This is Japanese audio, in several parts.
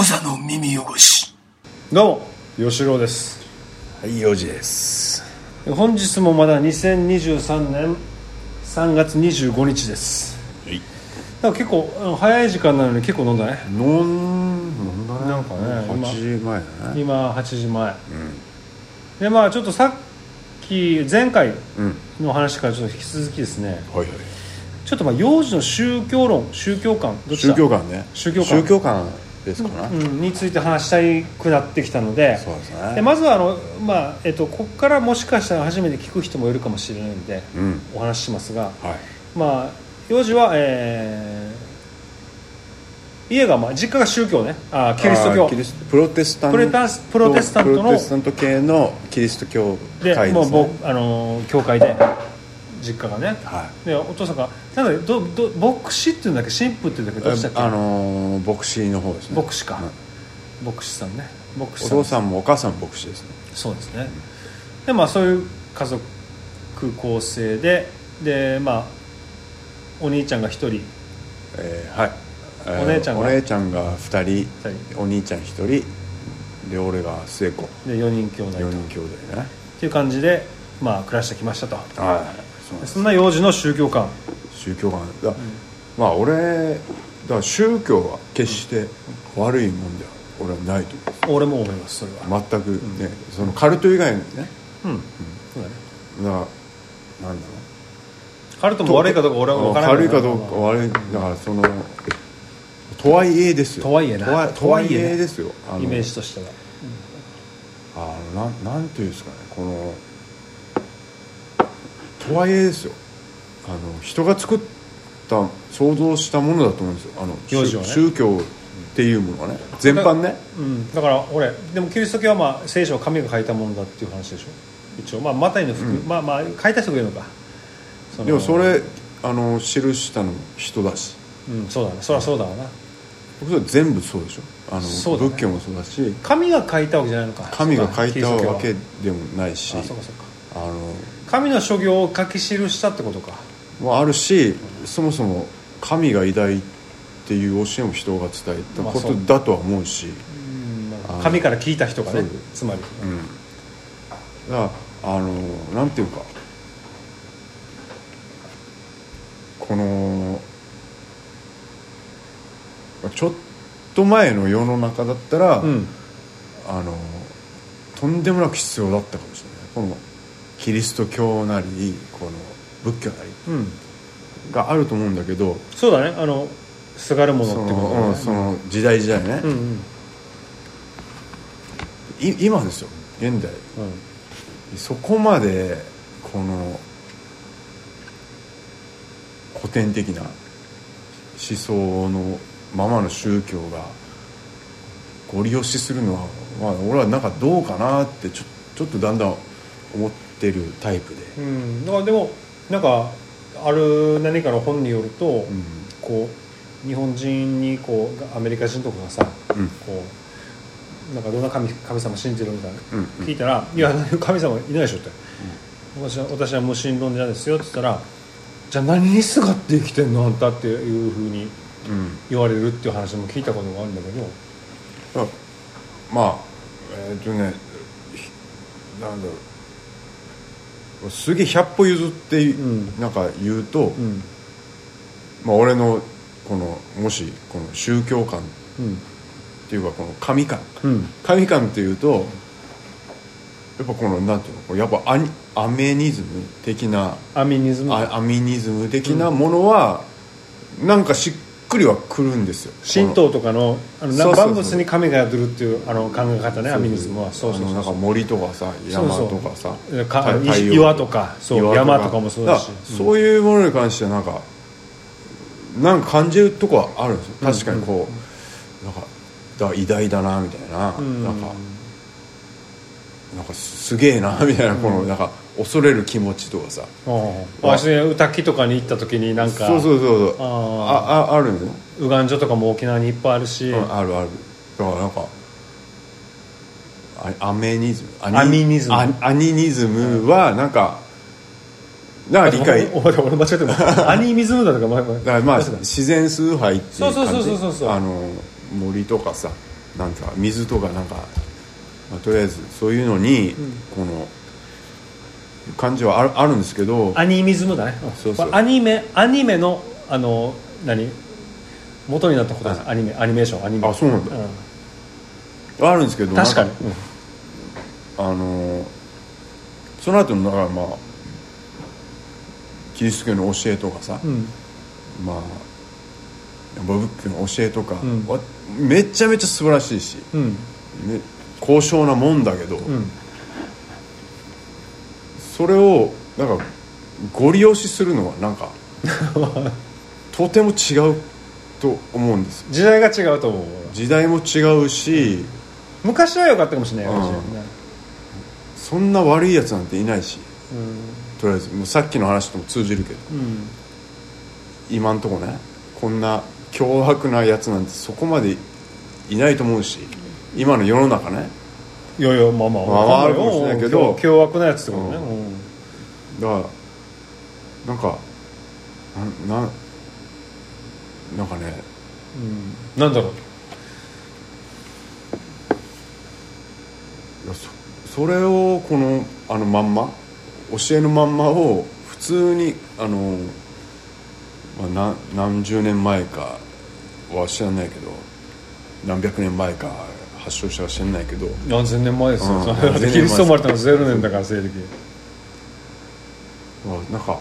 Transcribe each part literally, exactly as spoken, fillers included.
座の耳汚し。 どうも吉郎です。 はい、よじです。 本日もまだにせんにじゅうさんねんさんがつにじゅうごにちです。 はい。 なんか結構あの早い時間なのに結構飲んだね。 飲ん飲んだね。 なんかねはちじまえだね。 今はちじまえ、 うん、 でまあちょっとさっき前回の話からちょっと引き続きですね、 うん、はいはい。 ちょっとまあ幼児の宗教論宗教観どっちだ宗教観ね。 宗教観宗教観ですかな、 うん、について話したいくなってきたので、 そうですね。 でまずはあの、まあえっと、ここからもしかしたら初めて聞く人もいるかもしれないので、 うん、 お話ししますが、 はい、 まあ幼児は、えー、家が、まあ、実家が宗教ね、あキリスト教、 キリスプロテスタントプロテスプロテスタントのプロテスタント系のキリスト教会ですね。 でもう僕あの教会で実家がね、 はい、 でお父さんがなんだどど牧師っていうんだっけ神父っていうんだっけどうしたっけ、 あのー、牧師の方ですね。 牧師か、うん、牧師さんね、牧師さん、お父さんもお母さんも牧師ですね。 そうですね、うん、でまあそういう家族構成ででまあお兄ちゃんがひとり、 えー、はい、えー、 お姉ちゃんがお姉ちゃんがふたり、お兄ちゃんひとりで俺が末っ子でよにん兄弟とよにん兄弟ねっていう感じで、まあ、暮らしてきましたと。 はい、 そんな幼児の宗教観宗教観だ、うん、まあ俺だから宗教は決して悪いもんでは俺はないと思う。 俺も思いますそれは全くね、うん、そのカルト以外にね、 うんうん、そうだね。 だからなんだろう、 カルトも悪いかどうか俺は分からない。 悪いかどうか悪いだからそのとはいえですよ。 とはいえなとはとはいえですよ。 あのイメージとしては、 うん、あのなんなんていうんですかね、このとはいえですよ、あの人が作った想像したものだと思うんですよ。あの行事はね、 宗教っていうものはね、全般ね。 うん、だから俺でもキリスト教は、まあ、聖書は神が書いたものだっていう話でしょ一応。まあマタイの服、うん、まあまあ書いた人がいるのか。 そのでもそれあの記したの人だし、 うん、そうだね、そりゃそうだわな。 僕は全部そうでしょ。あのそうだ、ね、仏教もそうだし、 神が書いたわけじゃないのか。 神が書いたわけでもないし、 あ、そうかそうか、 あの神の所業を書き記したってことかもあるし、そもそも神が偉大っていう教えも人が伝えたことだとは思うし、 まあ、神から聞いた人がね、つまり、 うん、だからあのなんていうか、このちょっと前の世の中だったら、うん、あのとんでもなく必要だったかもしれない。このキリスト教なりこの仏教なり、うん、があると思うんだけど、 そうだね、あのすがるものってことだね、 うん、その時代時代ね、うんうん、い今ですよ現代、うん、そこまでこの古典的な思想のままの宗教がご利用しするのは、まあ、俺はなんかどうかなってちょ、ちょっとだんだん思ってるタイプで、 うん、だからでもなんかある何かの本によると、うん、こう日本人にこうアメリカ人とかがさ、うん、こうなんかどんな 神, 神様信じるみたいな、うんうん、聞いたら、いや神様いないでしょって、うん、私, は私は無神論者ですよって言ったら、じゃあ何にすがって生きてんのあんたっていうふうに言われるっていう話も聞いたことがあるんだけど、 まあえっ、ー、とねなんだろう、すげえひゃっぽ譲ってなんか言うと、うん、まあ俺のこのもしこの宗教観っていうかこの神観、うん、神観っていうとやっぱこのなんていうの、やっぱアニアメニズム的なアミニズムアミニズム的なものは、うん、なんかしっくりはくるんですよ。 神道とかのあの万物に神が宿るっていうあの考え方ね、アミニズムは。 そうそうそう、なんか森とかさ山とかさ、 そうそうか岩とかそう山とかもそうだし、 だそういうものに関してはなんかなんか感じるとこはあるんですよ。確かにこう、うんうん、なんかだから偉大だなみたいな、うん、なんかなんかすげえなみたいな、このなんか恐れる気持ちとかさ、 私歌木とかに行った時になんかそうそうそうそう、あああるのよ。 右岸所とかも沖縄にいっぱいあるし、 うん、あるある。だからなんかアメニズムアミニズムアニニズムはなんかなんか理解お前俺間違ってますアニミズムだとか前々 だからまあ自然崇拝っていう感じ、 そうそうそうそうそう、 あの森とかさなんていうか水とかなんか、まあ、とりあえずそういうのに、うん、この感じはあ る, あるんですけど、 アニミズムだね。そうそう、アニメアニメのあの何元になったことです。アニメアニメーションアニメ。 あ、そうなんだ、うん、あるんですけど、 確かに、 うん、あのその後のだからまあキリスト教の教えとかさ、うん、まあ仏教の教えとか、うん、めちゃめちゃ素晴らしいし、うん、高尚なもんだけど、うん、それをなんかご利用しするのはなんかとても違うと思うんです。 時代が違うと思う。 時代も違うし、 うん、昔は良かったかもしれない、うん、 そんな悪いやつなんていないし、うん、とりあえずもうさっきの話とも通じるけど、うん、今んとこねこんな凶悪なやつなんてそこまでいないと思うし、今の世の中ね、 いやいやまあまあ、まあ、あるかもしれないけど凶悪なやつってことね、うんうん、だからなんかなななんかね、 うん、なんだろう、 いや そ, それをこのあのまんま教えのまんまを普通にあの、まあ、な何十年前かは知らないけど何百年前か発祥したか知らないけど何千年前ですよ、うん、キリスト生まれたのゼロねんだから西暦。 なんか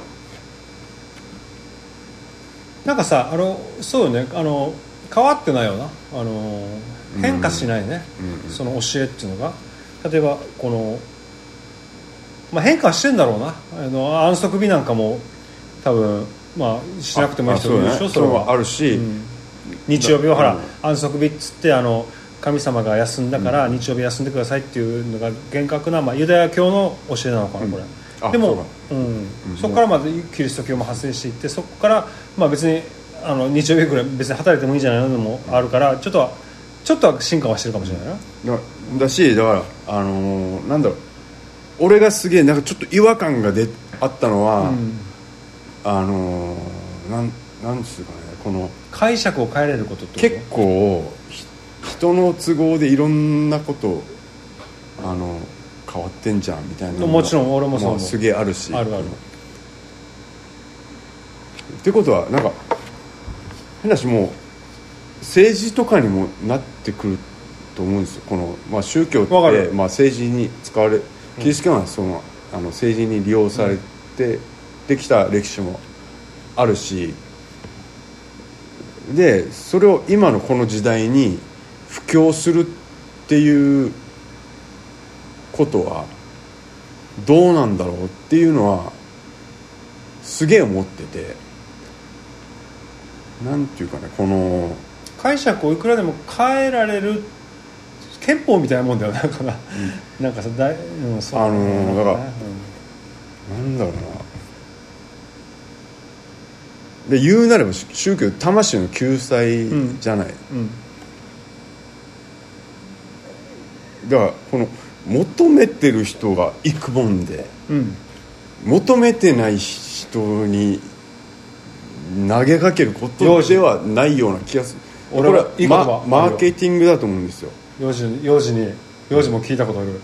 なんかさ、あのそうよね、あの変わってないよな、あの変化しないね、うんうん、その教えっていうのが例えばこの、まあ、変化してんだろうな、あの安息日なんかも多分、まあ、しなくてもいい人いるでしょ、 そ, それはあるし、うん、 日曜日はほら、うん、安息日っつってあの神様が休んだから、うん、日曜日休んでくださいっていうのが厳格な、まあ、ユダヤ教の教えなのかな、これ、うん、でもそ,、うんうん、そこからまずキリスト教も発生していって、そこから、まあ、別にあの日曜日ぐらい別に働いてもいいじゃないのもあるから、ちょっとはちょっとは進化はしてるかもしれないな、 だ, だしだからあのー、なんだろう、俺がすげえなんかちょっと違和感がであったのは、うん、あのー、なんなんですかね、この解釈を変えれることってこと結構人の都合でいろんなことあの変わってんじゃんみたいなのもちろん俺もそう思う、 すげえあるし、 あるあるってことはなんか変なしもう政治とかにもなってくると思うんですよ。この、まあ、宗教って、まあ、政治に使われキリスト教はその、あの政治に利用されてできた歴史もあるし、でそれを今のこの時代に布教するっていうことはどうなんだろうっていうのはすげえ思ってて、なんていうかね、この解釈をいくらでも変えられる憲法みたいなもんだよなんかな、うん、なんかさだい、うん、そうあのー、だから、うん、なんだろうな、で言うなれば宗教魂の救済じゃない、うんうん、だからこの求めてる人が行くもんで、うん、求めてない人に投げかけることではないような気がする。これはマ、マーケティングだと思うんですよ。 幼児に幼児に幼児も聞いたことある、うん、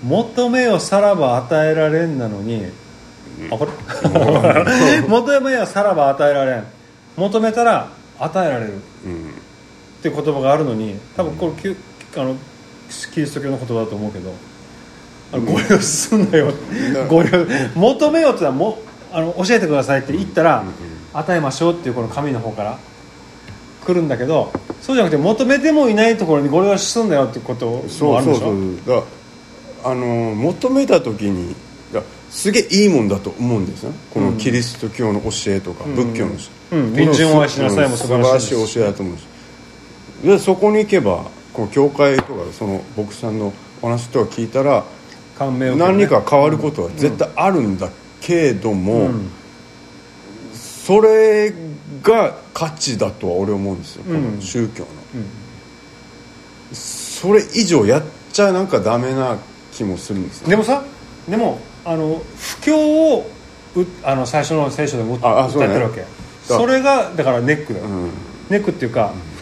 求めよさらば与えられんなのに、うん、あこれ求めよさらば与えられん、求めたら与えられる、うん、っていう言葉があるのに、多分これ、うん、あのキリスト教の言葉だと思うけど、あのご利用すんなよ、うん、ご利用求めよってのはもあの教えてくださいって言ったら、うんうん、与えましょうっていうこの神の方から来るんだけど、そうじゃなくて求めてもいないところにご利用するんだよってこともあるでしょ。そうそうそう、 だあの求めた時にだすげえいいもんだと思うんですよ、このキリスト教の教えとか、うん、仏教の教え、うん、 隣人を愛しなさいも素晴らしい教えだと思うし、でそこに行けばこの教会とかその牧師さんのお話とか聞いたら感銘を、ね、 何か変わることは絶対あるんだけれども、うん、それが価値だとは俺思うんですよ、この宗教の、うんうん、それ以上やっちゃなんかダメな気もするんですよ。 でもさ、でもあの布教をあの最初の聖書でも歌ってるわけ、 そ, ね、それがだからネックだよ、うん、ネックっていうか、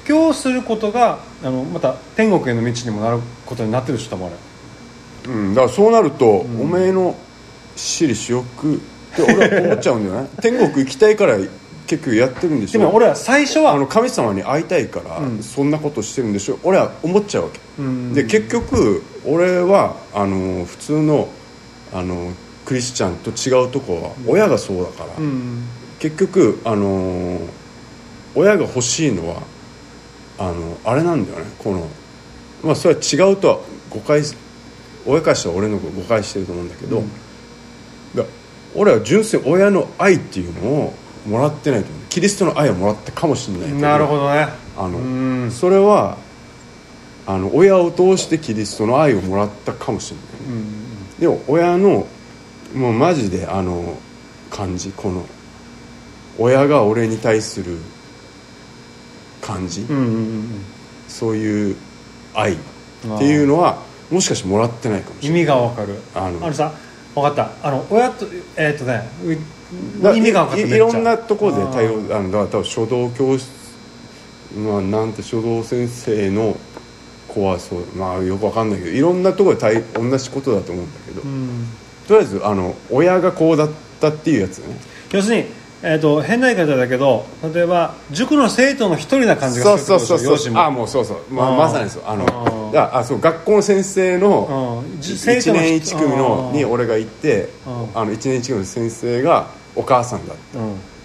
布教することがあのまた天国への道にもなることになってる人もある、うん、だからそうなると、うん、おめえの私利私欲って俺は思っちゃうんだよね天国行きたいから結局やってるんでしょ。 でも俺は最初はあの神様に会いたいから、うん、そんなことしてるんでしょ俺は思っちゃうわけ、うん、で結局俺はあの普通のあのクリスチャンと違うとこは親がそうだから、うん、結局あの親が欲しいのはあのあれなんだよね。このまあそれは違うとは誤解親からしたら俺の誤解してると思うんだけど、うん、だ俺は純粋親の愛っていうのをもらってないと思う。キリストの愛をもらったかもしれないけど、 なるほどね。 あのうんそれはあの親を通してキリストの愛をもらったかもしれない、うん、でも親のもうマジであの感じこの親が俺に対する感じ、うんうんうん、そういう愛っていうのはもしかしてもらってないかもしれない。 意味がわかる。あのあのさ分かった。あの親とえー、っとね意味が分かった。い, いろんなところで対応あのだから多分書道教室まあなんて書道先生の子はそうまあよく分かんないけどいろんなところで対同じことだと思うんだけど、うん、とりあえずあの親がこうだったっていうやつね。 要するにえー、と変な言い方だけど例えば塾の生徒の一人な感じがする。 そうそうそうそう。あもうそうそう、まあ、まさにそうあのああそう学校の先生のいちねんいち組のに俺が行ってあのいちねんいち組の先生がお母さんだった、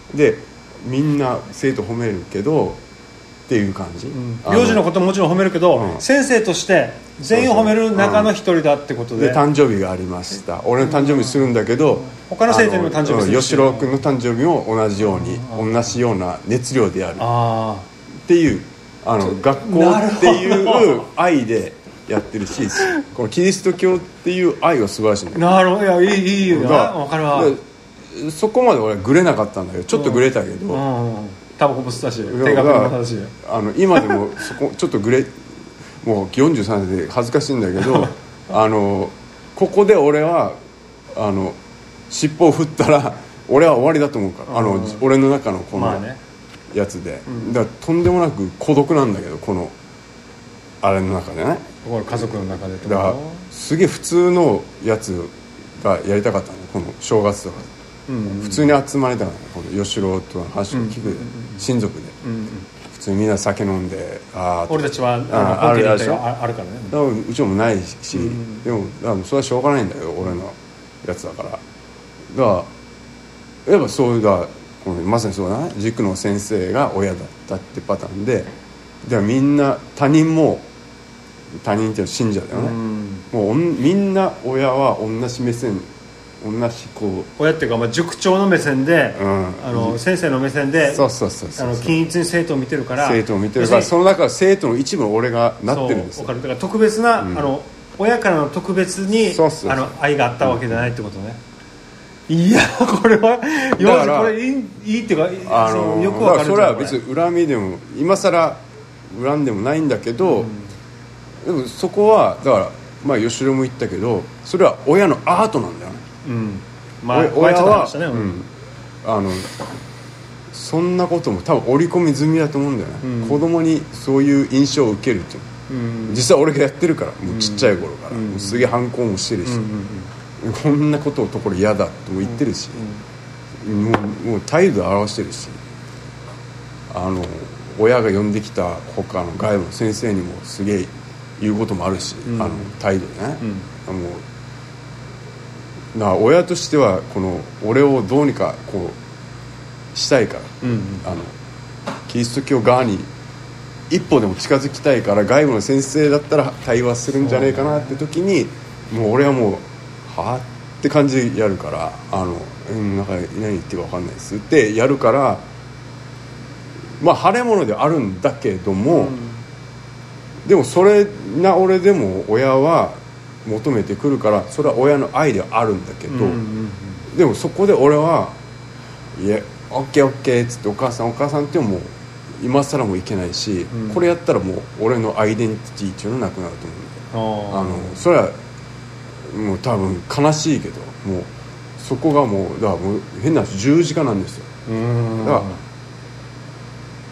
でみんな生徒褒めるけどっていう感じ、うん、 幼児のことももちろん褒めるけど、うん、先生として全員を褒める中の一人だってこと で, で誕生日がありました。俺の誕生日するんだけど、うん、 他の生徒にも誕生日するし吉郎君の誕生日も同じように同じような熱量でやるっていうあの学校っていう愛でやってるしこのキリスト教っていう愛は素晴らしいんだよ。 なるほど。いやいいいいよな分かるわ。 そこまで俺はグレなかったんだけどちょっとグレたけど、うんうん、 タバコも吸ったし定額も吸ったしあの今でもそこちょっとグレもうよんじゅうさんさいで恥ずかしいんだけどあのここで俺はあの尻尾を振ったら俺は終わりだと思うから、あの俺の中のこのやつで、まあね、だからとんでもなく孤独なんだけどこのあれの中でね家族の中でだからすげえ普通のやつがやりたかったねこの正月とか、うんうん、普通に集まれたから、ね、この吉郎との話を聞く、うんうんうん、親族で、うんうん、普通にみんな酒飲んであ俺たちはあるでしょあるからね。 だからうちもないし、うんうん、でもだからそれはしょうがないんだよ俺のやつだから。だからやっぱそういうがこのまさにそうだな塾の先生が親だったってパターンでではみんな他人も他人っていうのは信者だよね、うん、もうみんな親は同じ目線同じこう親っていうか、まあ、塾長の目線で、うん、あの先生の目線でそうそうそうそう均一に生徒を見てるから生徒を見てるからその中で生徒の一部の俺がなってるんですよ。 そう分かる。だから特別な、うん、あの親からの特別にそうそうそうあの愛があったわけじゃないってことね、うん、いやこれはだからこれいい、いいっていうか、あのー、よくわかる。 それは別に恨みでも今更恨んでもないんだけど、うん、でもそこはだからまあ吉郎も言ったけどそれは親のアートなんだよね、うんまあ、親は、ねうん、あのそんなことも多分織り込み済みだと思うんだよね、うん、子供にそういう印象を受けるっていうの、うん、実際俺がやってるからもうちっちゃい頃から、うん、もうすげえ反抗もしてるし、うんうん、こんなことをところ嫌だとも言ってるし、うん、もう、もう態度を表してるしあの親が呼んできた他の外部の先生にもすげえ言うこともあるし、うん、あの態度ね、うん、もうな親としてはこの俺をどうにかこうしたいから、うんうん、あのキリスト教側に一歩でも近づきたいから外部の先生だったら対話するんじゃねえかなって時にもう俺はもうはぁって感じでやるからあの、うん、なんか何言ってるか分かんないですってやるからまあ腫れ物であるんだけども、うん、でもそれな俺でも親は求めてくるからそれは親の愛ではあるんだけど、うんうんうん、でもそこで俺はいやオッケーオッケーっつってお母さんお母さんってもう今更もいけないし、うん、これやったらもう俺のアイデンティティっていうのはなくなると思うんだよ。あのそれはもう多分悲しいけどもうそこがもうだからもう変な話十字架なんですよ。うんだから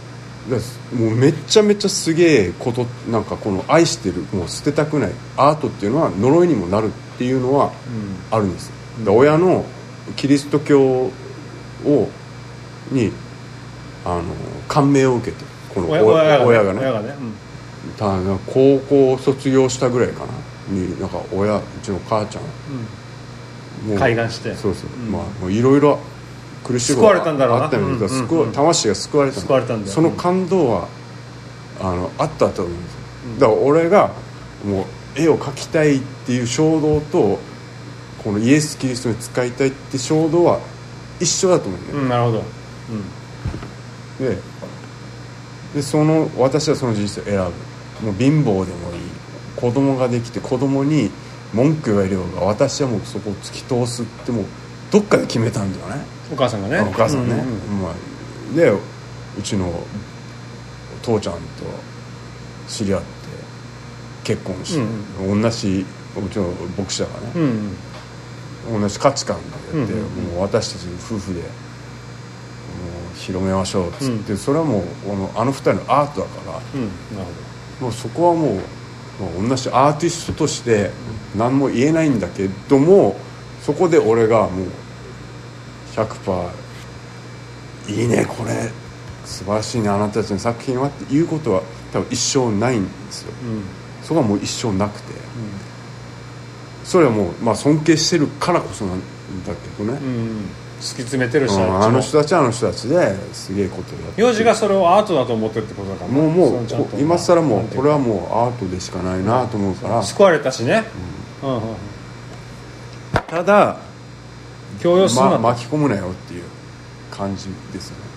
だもうめちゃめちゃすげえことなんかこの愛してるもう捨てたくないアートっていうのは呪いにもなるっていうのはあるんです、うん、だ親のキリスト教をにあの感銘を受けてこの 親, 親, がね、親がね、親がね、うん、ただ高校卒業したぐらいかなになんか親うちの母ちゃん、 うん、もう開眼してそうそう、うん、まあもういろいろ苦しいことがあったので、魂が救われたんだ、 救われたんだよ。 その感動はあのあったと思うんですよ、うん、だから俺がもう絵を描きたいっていう衝動とこのイエス・キリストに使いたいって衝動は一緒だと思うんだよ、 うん、なるほど、 うん、で, でその私はその人生を選ぶ。もう貧乏でもいい、子供ができて子供に文句言われようが私はもうそこを突き通すってもうどっかで決めたんだよね、 お母さんがね。 お母さんね、うんうん、まあ、でうちの父ちゃんと知り合って結婚して、うんうん、同じうちの牧師だからね、うんうん、同じ価値観でやって、うんうん、もう私たち夫婦でもう広めましょうっつって、うん、それはもうあの、あの二人のアートだから、うん、なるほど、もうそこはもう、もう同じアーティストとして何も言えないんだけども、そこで俺がもう ひゃくパーセント いいねこれ素晴らしいねあなたたちの作品はっていうことは多分一生ないんですよ、うん、そこはもう一生なくて、うん、それはもう、まあ、尊敬してるからこそなんだけどね、うん、 突き詰めてる人たちも、 あの人たちはあの人たちですげえことやって幼児がそれをアートだと思ってるってことだから、 もうもう今更もうこれはもうアートでしかないなと思うから、 救われたしね、うんうんうん、 ただ強要するな、 ま、巻き込むなよっていう感じですよね。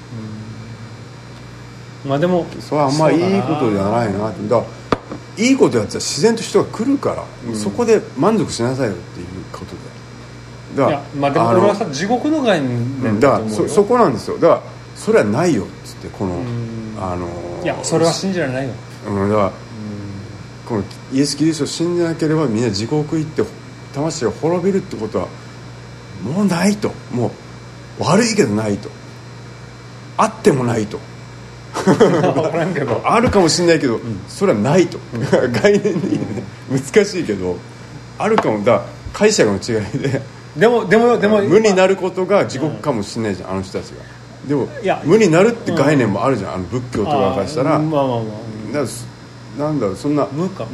まあでもそれはあんまいいことじゃないなって。だからいいことやったら自然と人が来るから、うん、そこで満足しなさいよっていうことで。だからいやまあでも俺はさ地獄の概念だと思うよ。だから そ, そこなんですよ。だからそれはないよっつってこのあのいやそれは信じられないよ。 うん、だからこのイエス・キリストを信じなければみんな地獄行って魂が滅びるってことはもうないと、もう悪いけどないと、あってもないと分からんけどあるかもしれないけど、うん、それはないと、うん、概念的にね難しいけどあるかも、だ解釈の違いででもでもでも無になることが地獄かもしれないじゃん、うん、あの人たちが。でも無になるって概念もあるじゃん、あの仏教とかからしたら、まあまあまあ、だからなんだろうそんな無か、うん、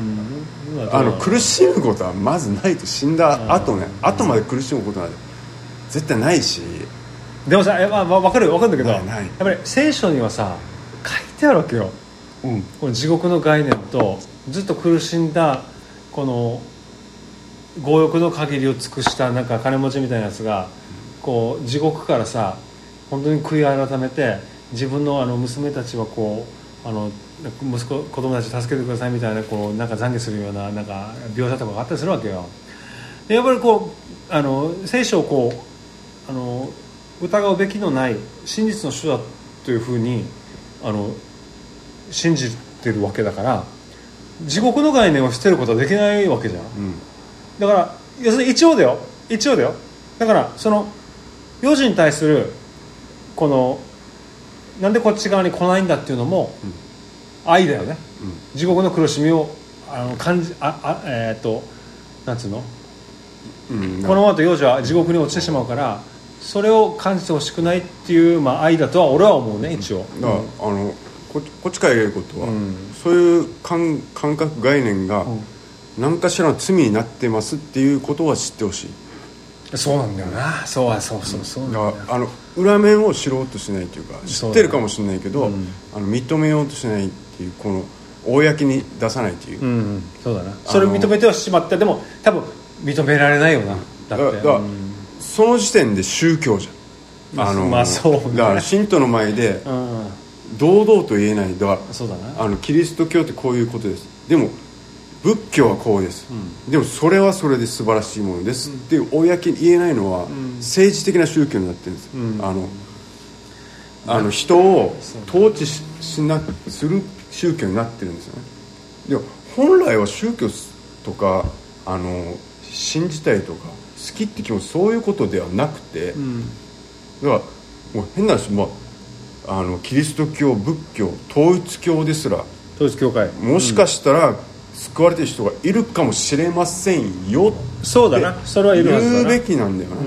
あの苦しむことはまずないと、死んだ後ね、後まで苦しむことなんて絶対ないし。 でもさ、まあ、分かる分かるんだけど、やっぱり聖書にはさ書いてあるわけよ、うん、この地獄の概念とずっと苦しんだこの強欲の限りを尽くしたなんか金持ちみたいなやつがこう地獄からさ本当に悔い改めて自分のあの娘たちはこうあの息子子供たち助けてくださいみたいなこうなんか懺悔するようななんか描写とかがあったりするわけよ。でやっぱりこうあの聖書をこうあの疑うべきのない真実の主だというふうにあの信じてるわけだから地獄の概念を捨てることはできないわけじゃん、うん、だから要するに一応だよ一応だよだからその幼児に対するこのなんでこっち側に来ないんだっていうのも、うん、愛だよね、うん、地獄の苦しみをあの感じああえー、っとなんつうの、うん、このままと幼児は地獄に落ちてしまうからそれを感じてほしくないっていう、まあ、愛だとは俺は思うね一応。 だから、うん、あの こ, こっちから言えることは、うん、そういう感, 感覚概念が何かしらの罪になってますっていうことは知ってほしい。 そうなんだよな。そうそうそうそうだからあの裏面を知ろうとしないというか知ってるかもしれないけど、うん、あの認めようとしないっていうこの公に出さないっていう、うんうん、 そうだな。それを認めてはしまった。でも多分認められないよな。だってだだ、うんその時点で宗教じゃん。あの、 まあそうね、 だから信徒の前で堂々と言えない。だからそうだな。 あのキリスト教ってこういうことです。でも仏教はこうです、うん、でもそれはそれで素晴らしいものです、うん、って公に言えないのは、うん、政治的な宗教になってるんです、うん、あのあの人を統治 し, しなする宗教になってるんですよね。でも本来は宗教とかあの信じたいとか好きって気持ちそういうことではなくて、うん、だからもう変な話、まあ、 あのキリスト教、仏教、統一教ですら統一教会もしかしたら救われてる人がいるかもしれませんよってそうだな、それはいるはずだな、 言うべきなんだよな、 うん、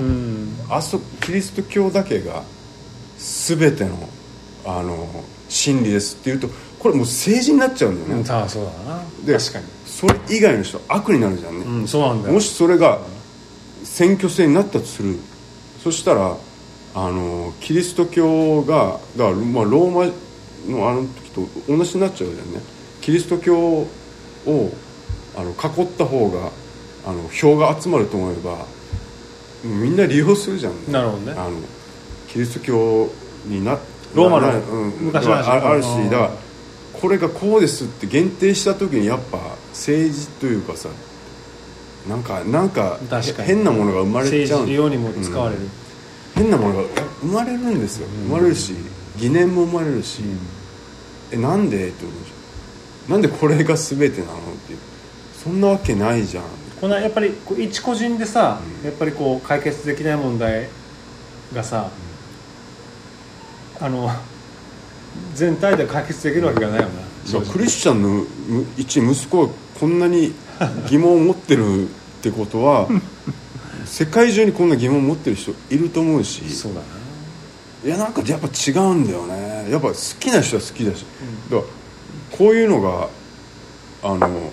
あそキリスト教だけが全てのあの真理ですっていうとこれもう政治になっちゃうんだよね、 うん、ああそうだな、 で確かにそれ以外の人は悪になるじゃんね、 うん、そうなんだよ。 もしそれが選挙制になったとする、そしたらあのキリスト教がだから、まあ、ローマのあの時と同じになっちゃうじゃんね。キリスト教をあの囲った方があの票が集まると思えばみんな利用するじゃんね。 なるほどね。 あのキリスト教になローマの、 うん、 昔の話あるし、だからこれがこうですって限定した時にやっぱ政治というかさ、なんかなんか変なものが生まれちゃう。 政治利用にも使われる、うん、 変なものが生まれるんですよ、うん、生まれるし疑念も生まれるし、うん、えなんでって思うでしょ。なんでこれが全てなのっていう、そんなわけないじゃん。 このやっぱり一個人でさ、うん、やっぱりこう解決できない問題がさ、うん、あの全体で解決できるわけがないよな、 うん、クリスチャンの一息子がこんなに疑問を持ってるってことは世界中にこんな疑問を持ってる人いると思うし、 そうだね。 いやなんかやっぱ違うんだよね。やっぱ好きな人は好きだし、うん、だからこういうのがあの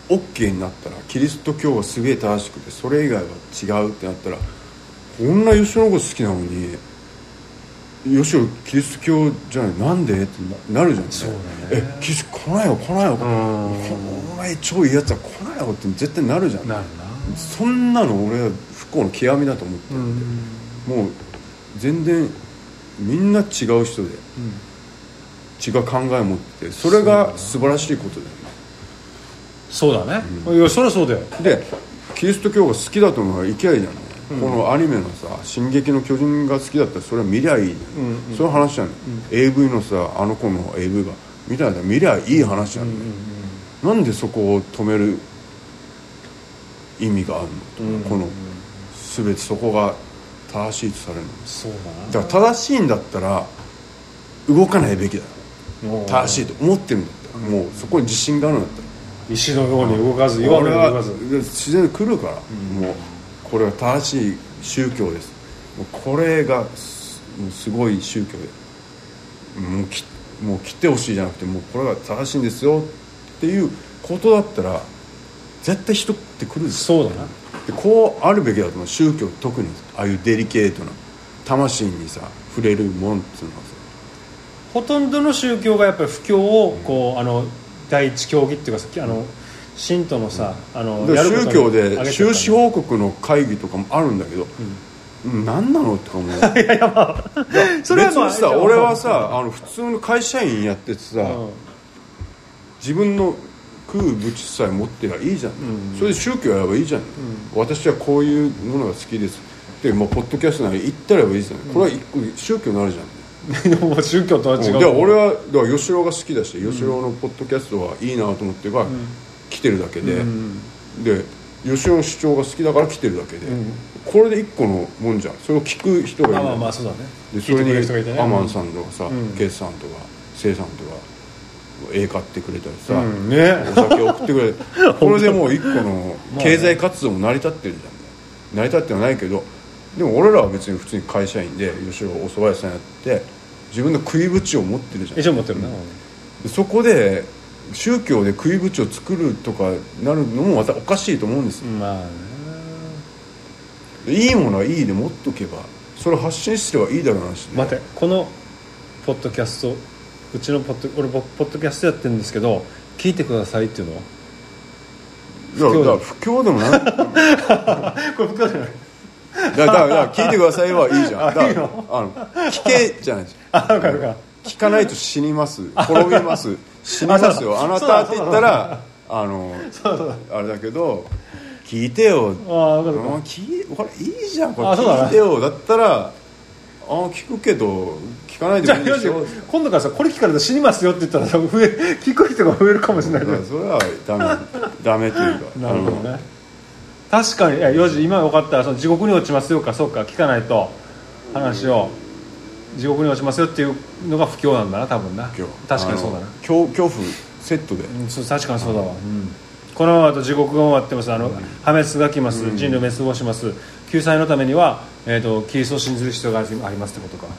OK になったら、キリスト教がすげえ正しくてそれ以外は違うってなったら、こんな吉野のこと好きなのに吉野キリスト教じゃないなんでってなるじゃんね。 そうだね。 えキリスト来ないよ来ないよ、お前超いいやつは来ないよって絶対なるじゃん。 なるな。 そんなの俺は不幸の極みだと思ってるんで、もう全然みんな違う人で、うん、違う考えを持ってて、それが素晴らしいことだよね。 そうだね、うん、いやそりゃそうだよ。 でキリスト教が好きだと思うのがいけないじゃんね、うん、このアニメのさ「進撃の巨人」が好きだったらそれは見りゃいいじゃん、うんうん、そういう話じゃん、うん、エーブイ のさあの子の エーブイ が見たら見りゃいい話じゃん、ね、うんうんうん、なんでそこを止める意味があるのと、うんうんうん、この全てそこが正しいとされるの。 そうだな。だから正しいんだったら動かないべきだよ。正しいと思ってるんだったら、もうそこに自信があるんだったら石のように動かず、岩のように動かず自然に来るから、うん、もうこれは正しい宗教です。もうこれが す, もうすごい宗教で、もうきもう来てほしいじゃなくて、もうこれが正しいんですよっていうことだったら絶対人って来るんです。 そうだな。 でこうあるべきだと思う。宗教特にああいうデリケートな魂にさ触れるもんっていうのはさ、 ほとんどの宗教がやっぱり布教をこう、うん、あの第一教義っていうかさ、あの信徒のさ、うん、あの宗教で収支報告の会議とかもあるんだけど、うん、何なのとかもいやいや、まあ、それはまあ別にさ、俺はさあの普通の会社員やっててさ、うん、自分の食う物質さえ持ってりゃいいじゃん、うん、それで宗教やればいいじゃん、うん、私はこういうものが好きですで、もうポッドキャストなり言ったらばいいじゃん、うん、これは一個宗教になるじゃん。 でも宗教とは違う。 で俺はだから吉郎が好きだし、うん、吉郎のポッドキャストはいいなと思ってから来てるだけで、うん、で吉郎の主張が好きだから来てるだけで、うん、これで一個のもんじゃん。それを聞く人がいる。 まあまあそうだね。 でそれにアマンさんとかさ、うん、ケイスさんとかセイさんとか絵買ってくれたりさ、うんね、お酒送ってくれこれでもう一個の経済活動も成り立ってるじゃん、ね、成り立ってはないけど、でも俺らは別に普通に会社員で吉郎お蕎麦屋さんやって自分の食い縁を持ってるじゃん。 一応持ってるな、 うん、そこで宗教で食い縁を作るとかなるのもまたおかしいと思うんですよ、まあね、いいものはいいで持っとけばそれを発信すればいいだろうなし、ね、 待て、このポッドキャスト、うちのポッド俺ポッドキャストやってるんですけど聞いてくださいっていうのはいや不況でもないこれ不況じゃないだからだから聞いてくださいはいいじゃん。だからあの聞けじゃないですか。あ、分かるか。 聞かないと死にます、滅びます、死にますよあなたって言ったらあのあれだけど聞いてよ、あ分かるか、聞これいいじゃん、これ聞いてよ だ, だったらあ聞くけど聞かないでもいいでしょ。 今度からさこれ聞かれたら死にますよって言ったら増え聞く人が増えるかもしれないから、 それはダメダメというかなるほどね。確かによじ今よかったらその地獄に落ちますよか、そうか聞かないと話を地獄に落ちますよっていうのが不況なんだな多分な。確かにそうだな。 恐怖セットで、 うん、そう確かにそうだわ、うん、このままと地獄が終わってますあの、うん、破滅が来ます、うん、人類滅亡します。救済のためには、えーと、キリストを信じる必要がありますってことか。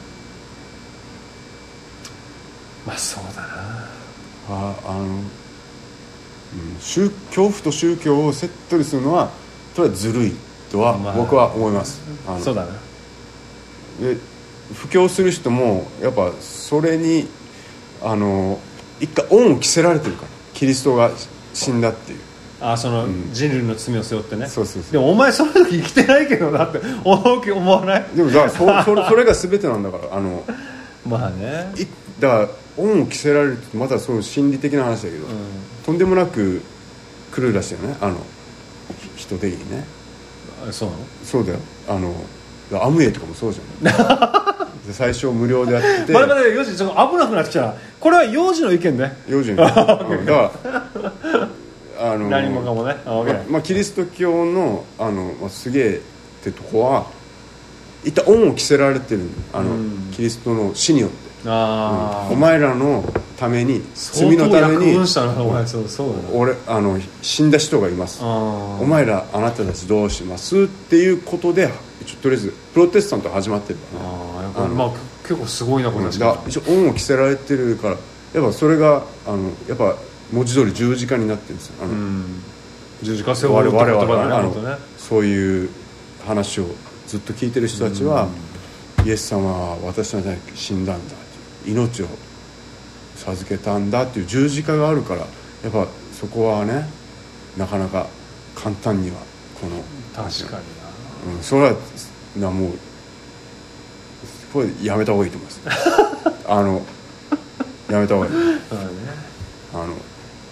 まあそうだなああの、うん、宗恐怖と宗教をセットにするのはそれはずるいとは僕は思います、 まあ、そうだな。 で布教する人もやっぱそれにあの一回恩を着せられてるからキリストが死んだっていうあその、うん、人類の罪を背負ってね。 そうそうそう。 でもお前その時生きてないけどなって思わない？ でもだからそ, そ, それが全てなんだからあのまあねいだから恩を着せられるってまたそう心理的な話だけど、うん、とんでもなく来るらしいよねあの人的にね。 そうなの？ そうだよあのアムウェイとかもそうじゃんで最初無料でやっててまだまだよしちょっと危なくなってきた。これは幼児の意見ね。 幼児の意見、うん、だからあの何もかもね、 ままあ、キリスト教の、あの、まあ、すげえってとこは一旦恩を着せられてるあの、うん、キリストの死によってあ、うん、お前らのために罪のために俺あの死んだ人がいます。お前らあなたたちどうしますっていうことで一応とりあえずプロテスタント始まってるからね。 あやっぱ、まあ、結構すごいなこれ。 だ一応恩を着せられてるからやっぱそれがあのやっぱ文字通り十字架になってるんですよ。あの、うん、 十字架背負うって言葉だね。 あのそういう話をずっと聞いてる人たちは、うん、イエス様は私のために死んだんだ、命を授けたんだっていう十字架があるからやっぱそこはねなかなか簡単にはこの確かにな、 うん、それはなもうこれやめた方がいいと思いますあのやめた方がいい、ね、あの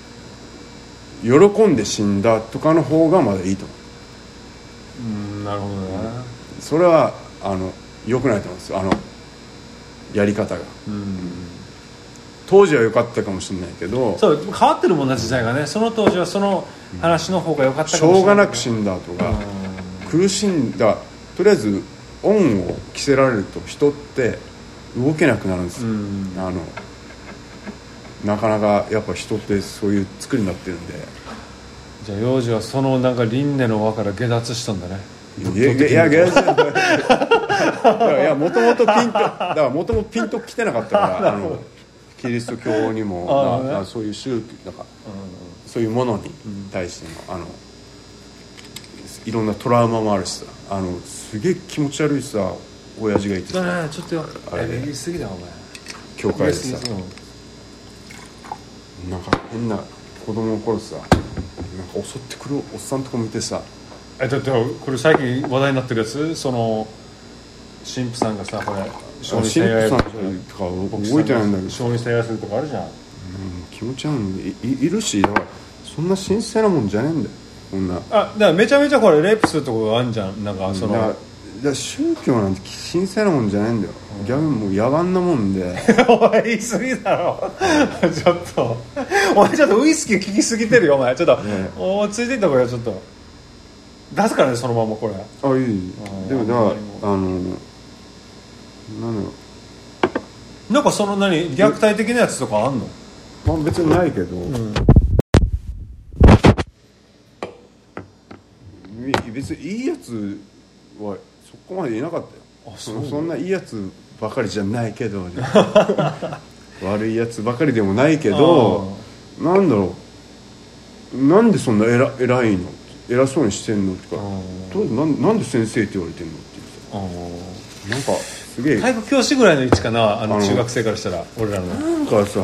喜んで死んだとかの方がまだいいと思う。 うんなるほどね、 うん、それはあの良くないと思うんですよあのやり方が、うん、当時は良かったかもしれないけどそう変わってるもんな時代がね。その当時はその話の方が良かったかもしれない、 しょうがなく死んだとか、うん、苦しんだとりあえず恩を着せられると人って動けなくなるんですよ、うん、あのなかなかやっぱ人ってそういう作りになってるんで。 じゃあ幼児はそのなんか輪廻の輪から下脱したんだね。 いやいや下脱いやもともとピンとだからもともとピンと来てなかったからあのキリスト教にもな、ね、そういう宗教なんか、うん、そういうものに対しての、うん、あのいろんなトラウマもあるしさあのすげえ気持ち悪いさ親父がいてさ、 ね、ちょっとあれ言い過ぎだお前教会でさなんか変な子供の頃さなんか襲ってくるおっさんとか見てさえだってこれ最近話題になってるやつその神父さんがさこれ小児性愛とか覚えてないんだけど小児性愛するとかあるじゃん、うん、 気持ち悪い い, いるしだからそんな神聖なもんじゃねえんだよこんなあだからめちゃめちゃこれレイプするとこがあるじゃんなんかその、うん、だから宗教なんて神聖なもんじゃないんだよ、うん、逆にもう野蛮なもんでお前言い過ぎだろちょっとお前ちょっとウイスキー効きすぎてるよお前ちょっと、ね、おついていった方がよちょっと出すからねそのままこれあいいでもだからあのなんだろうなんかその何虐待的なやつとかあんの？ まあ別にないけど、うん、別にいいやつはそこまでいなかったよ。あ そ, そんないいやつばかりじゃないけど悪いやつばかりでもないけどなんだろうなんでそんな偉, 偉いの偉そうにしてんのとかな ん, なんで先生って言われてんのっていうさなんかすげえ体育教師ぐらいの位置かなあの中学生からしたら俺らのなんかさ、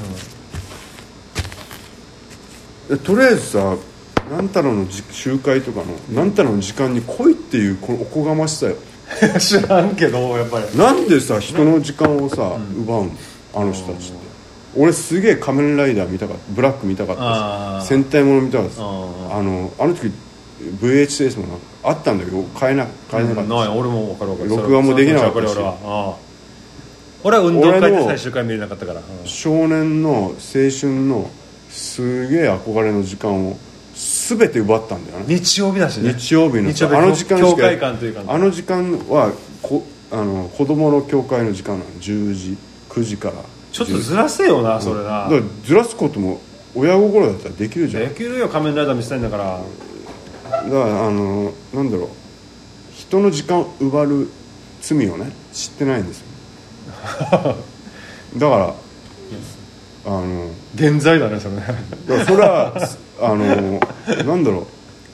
うん、とりあえずさなんたらの集会とかの、うん、なんたらの時間に来いっていうこのおこがましさよ知らんけどやっぱりなんでさ人の時間をさ、うん、奪うのあの人たちって俺すげえ仮面ライダー見たかったブラック見たかったし戦隊もの見たかったし あ, あのあの時 ブイエイチエス もあったんだけど買えな買えなかったし、うん、ない俺も分かる分かる録画もできなかったし俺は俺は運動会で最終回見れなかったから、うん、 少年の青春のすげえ憧れの時間を全て奪ったんだよね。 日曜日だしね日曜日の日曜日あの時間しか境界感というかあの時間はこあの子供の教会の時間なのじゅうじくじからちょっとずらせよな、それな。 だからずらすことも親心だったらできるじゃん。 できるよ、仮面ライダー見せたいんだから。 だからあのなんだろう、人の時間奪う罪をね知ってないんですよだからあの現在だねそれね。 だからそれはあのなんだろう、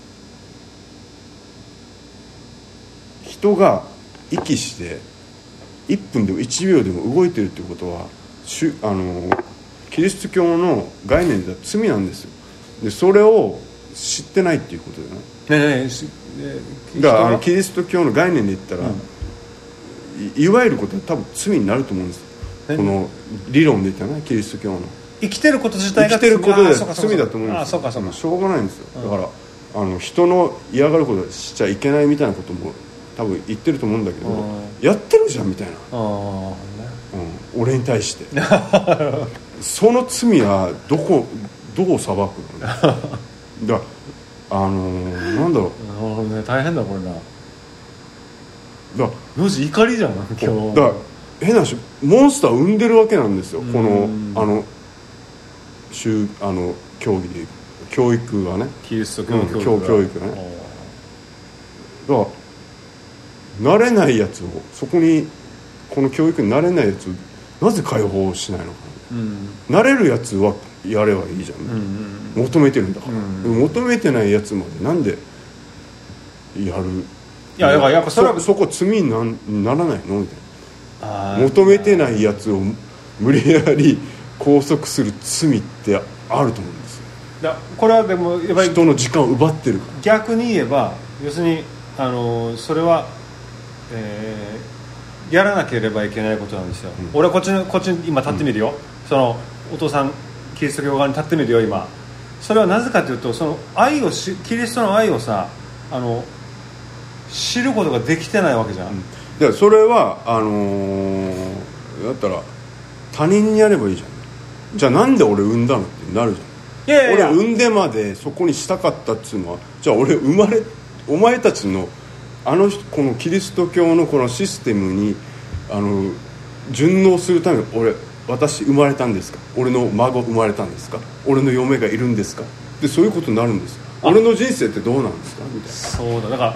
人が息していっぷんでもいちびょうでも動いてるってことはあのキリスト教の概念では罪なんですよ。でそれを知ってないっていうことだよね。 ねえねえだからあのキリスト教の概念で言ったら、うん、い, いわゆることは多分罪になると思うんですよ。この理論で言ったらね、キリスト教の生きてること自体が生きてることで罪だと思うんですよ。 あそうかそうか、 しょうがないんですよ。だから、うん、あの人の嫌がることしちゃいけないみたいなことも多分言ってると思うんだけど、やってるじゃんみたいな、あ、うん、俺に対してその罪はどこどう裁くのだからあのー、なんだろう、 ね、大変だこれな。 だマジ怒りじゃん今日。 だから変な話、モンスターを生んでるわけなんですよ、このあの週あの競技で教育がね、 キリスト教の教育が、 うん、教育がね、だから慣れないやつを、そこにこの教育に慣れないやつをなぜ解放しないのか、うん、慣れるやつはやればいいじゃん、うんうん、求めてるんだから、うんうん、求めてないやつまでなんでやる。 いやだからやっぱそれはそ, そこ罪に な, ならないのみたいな。求めてないやつを無理やり拘束する罪ってあると思うんですよ。 だこれはでもやっぱり人の時間を奪ってるから。 逆に言えば要するにあのそれは、えー、やらなければいけないことなんですよ、うん、俺はこっちのこっちに今立ってみるよ、うん、そのお父さんキリスト教側に立ってみるよ今。それはなぜかというと、その愛をしキリストの愛をさあの知ることができてないわけじゃん、うん、 でそれはあのー、だったら他人にやればいいじゃん。じゃあなんで俺産んだのってなるじゃん。いやいやいや、俺産んでまでそこにしたかったっつうのは、じゃあ俺生まれお前たちのあのこのキリスト教のこのシステムにあの順応するために俺私生まれたんですか、俺の孫生まれたんですか、俺の嫁がいるんですか、でそういうことになるんですよ。俺の人生ってどうなんですかみたいな。 そうだ、だから、うん、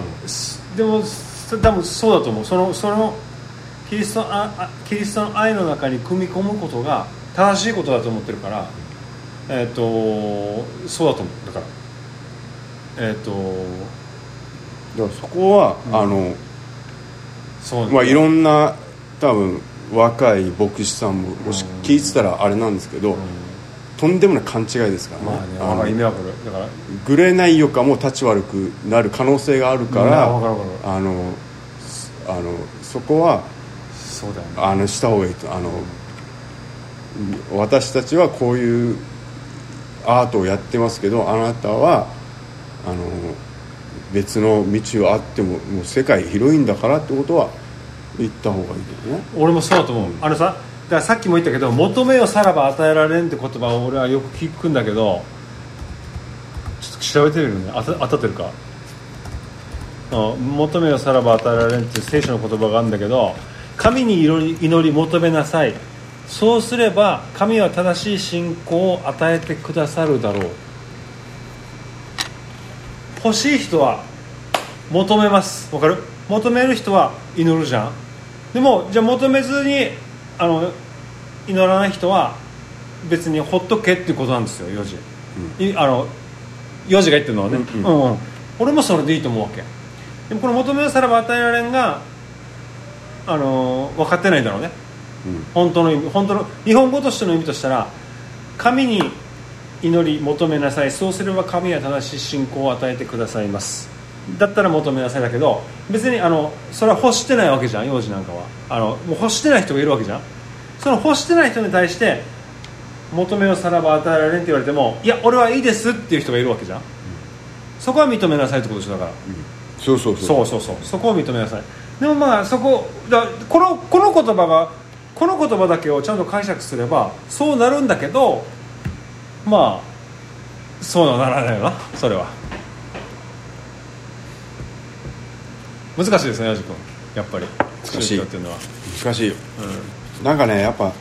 でも多分そうだと思う。そのそのキリストあキリストの愛の中に組み込むことが正しいことだと思ってるから、えっ、ー、とそうだと思う。だからえっ、ー、とだからそこは、うん、あのそう、まあ、いろんな多分若い牧師さんももし聞いてたらあれなんですけど、うん、とんでもない勘違いですからね。 まあね、分かる、意味わかる。だからグレないよかも立ち悪くなる可能性があるから、うん、分かる分かる。あのあのそこはそうだよね、 あのした方がいいと。あの、うん、私たちはこういうアートをやってますけど、あなたはあの別の道はあってももう世界広いんだからってことは言った方がいいよね。 俺もそうだと思う。あのさ、だからさっきも言ったけど、求めよさらば与えられんって言葉を俺はよく聞くんだけど、ちょっと調べてみるね。あた当たってるか。求めよさらば与えられんっていう聖書の言葉があるんだけど、神に祈り、祈り求めなさい、そうすれば神は正しい信仰を与えてくださるだろう。欲しい人は求めます。わかる？求める人は祈るじゃん。でもじゃあ求めずにあの祈らない人は別にほっとけっていうことなんですよ。よじ、うん、あのよじが言ってるのはね、うんうんうんうん、俺もそれでいいと思うわけ。でもこの求めるさらば与えられんがあの分かってないんだろうね、うん、本当の意味、本当の日本語としての意味としたら、神に祈り求めなさい、そうすれば神は正しい信仰を与えてくださいます、だったら求めなさいだけど、別にあのそれは欲してないわけじゃん。幼児なんかはあのもう欲してない人がいるわけじゃん。その欲してない人に対して求めよさらば与えられんって言われても、いや俺はいいですっていう人がいるわけじゃん、うん、そこは認めなさいってことでしょ。だから、うん、 そうそうそうそうそうそう、そこを認めなさい。でもまあそこだ、このこの言葉がこの言葉だけをちゃんと解釈すればそうなるんだけど、まあそうはならないよな。それは難しいですね、ヤジ君、やっぱり。 難しいっていうのは難しいよ、うん、なんかねやっぱ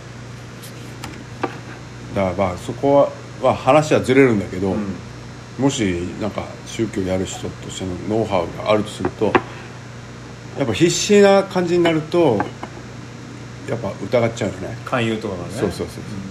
だからまあそこは、は話はずれるんだけど、うん、もしなんか宗教やる人としてのノウハウがあるとするとやっぱ必死な感じになるとやっぱ疑っちゃうよね勧誘とかがねそうそうそうそう、うん、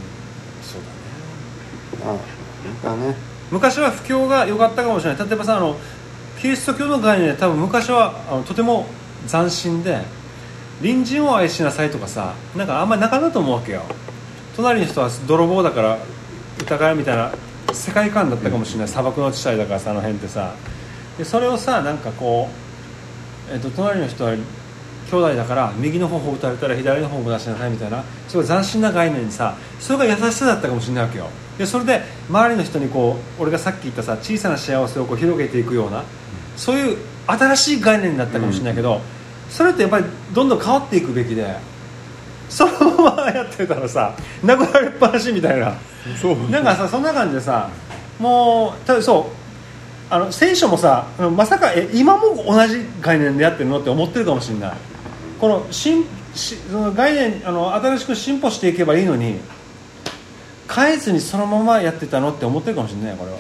そうだねああ、なんかね昔は布教が良かったかもしれない例えばさあのキリスト教の概念で多分昔はあのとても斬新で隣人を愛しなさいとかさなんかあんまりなかったと思うわけよ隣の人は泥棒だから疑いみたいな世界観だったかもしれない、うん、砂漠の地帯だからさあの辺ってさでそれをさなんかこう、えー、と隣の人は兄弟だから右の方を打たれたら左の方を出しなさいみたいなすごい斬新な概念にさそれが優しさだったかもしれないわけよでそれで周りの人にこう俺がさっき言ったさ小さな幸せをこう広げていくようなそういう新しい概念だったかもしれないけど、うん、それってやっぱりどんどん変わっていくべきでそのままやってたらさ殴られっぱなしみたいなそうなんかさそんな感じでさもう多分そうあの聖書もさまさかえ今も同じ概念でやってるのって思ってるかもしれないこの新しその概念あの新しく進歩していけばいいのに変えずにそのままやってたのって思ってるかもしれないこれは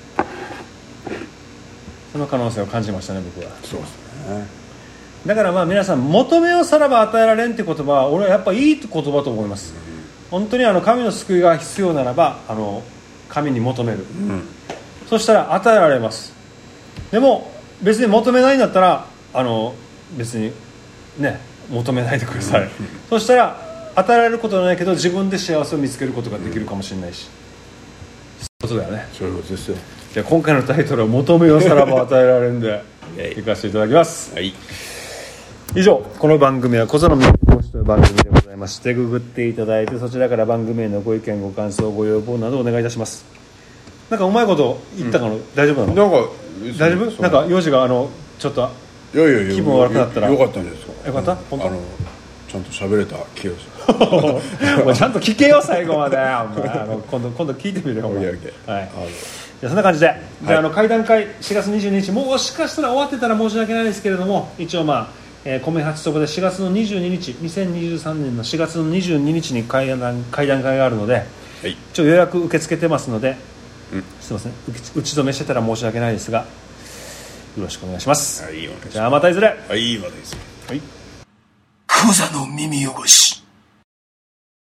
その可能性を感じましたね僕はそうですねだからまあ皆さん求めをさらば与えられんって言葉は俺はやっぱいい言葉と思います、うん、本当にあの神の救いが必要ならばあの神に求める、うん、そしたら与えられますでも別に求めないんだったらあの別にね求めないでください、うん、そしたら与えられることはないけど自分で幸せを見つけることができるかもしれないし、うん、そういうことだよねそういうことですよじゃあ今回のタイトルは求めをさらば与えられるんで行かせていただきます、 はい以上この番組は小園三講師という番組でございましてググっていただいてそちらから番組へのご意見ご感想ご要望などお願いいたしますなんかうまいこと言ったかの、うん、大丈夫なのなんか大丈夫なんか幼児があのちょっといやいやいや気分悪くなったらよかったんじゃないですかよかった、 うん、 本当あのちゃんと喋れた気がするちゃんと聞けよ最後まであの今度今度聞いてみるよお前はいじゃそんな感じで、はい、じゃあ、あの会談会しがつにじゅうににちもしかしたら終わってたら申し訳ないですけれども一応まあえー、米八そばでしがつのにじゅうににちにせんにじゅうさんねんのしがつのにじゅうににちに会談、会談会があるので、はい、一応予約受け付けてますので、うん、すいません打ち止めしてたら申し訳ないですがよろしくお願いします、 はい、お願いしますじゃあまたいずれはいまたいずれはいクザの耳汚し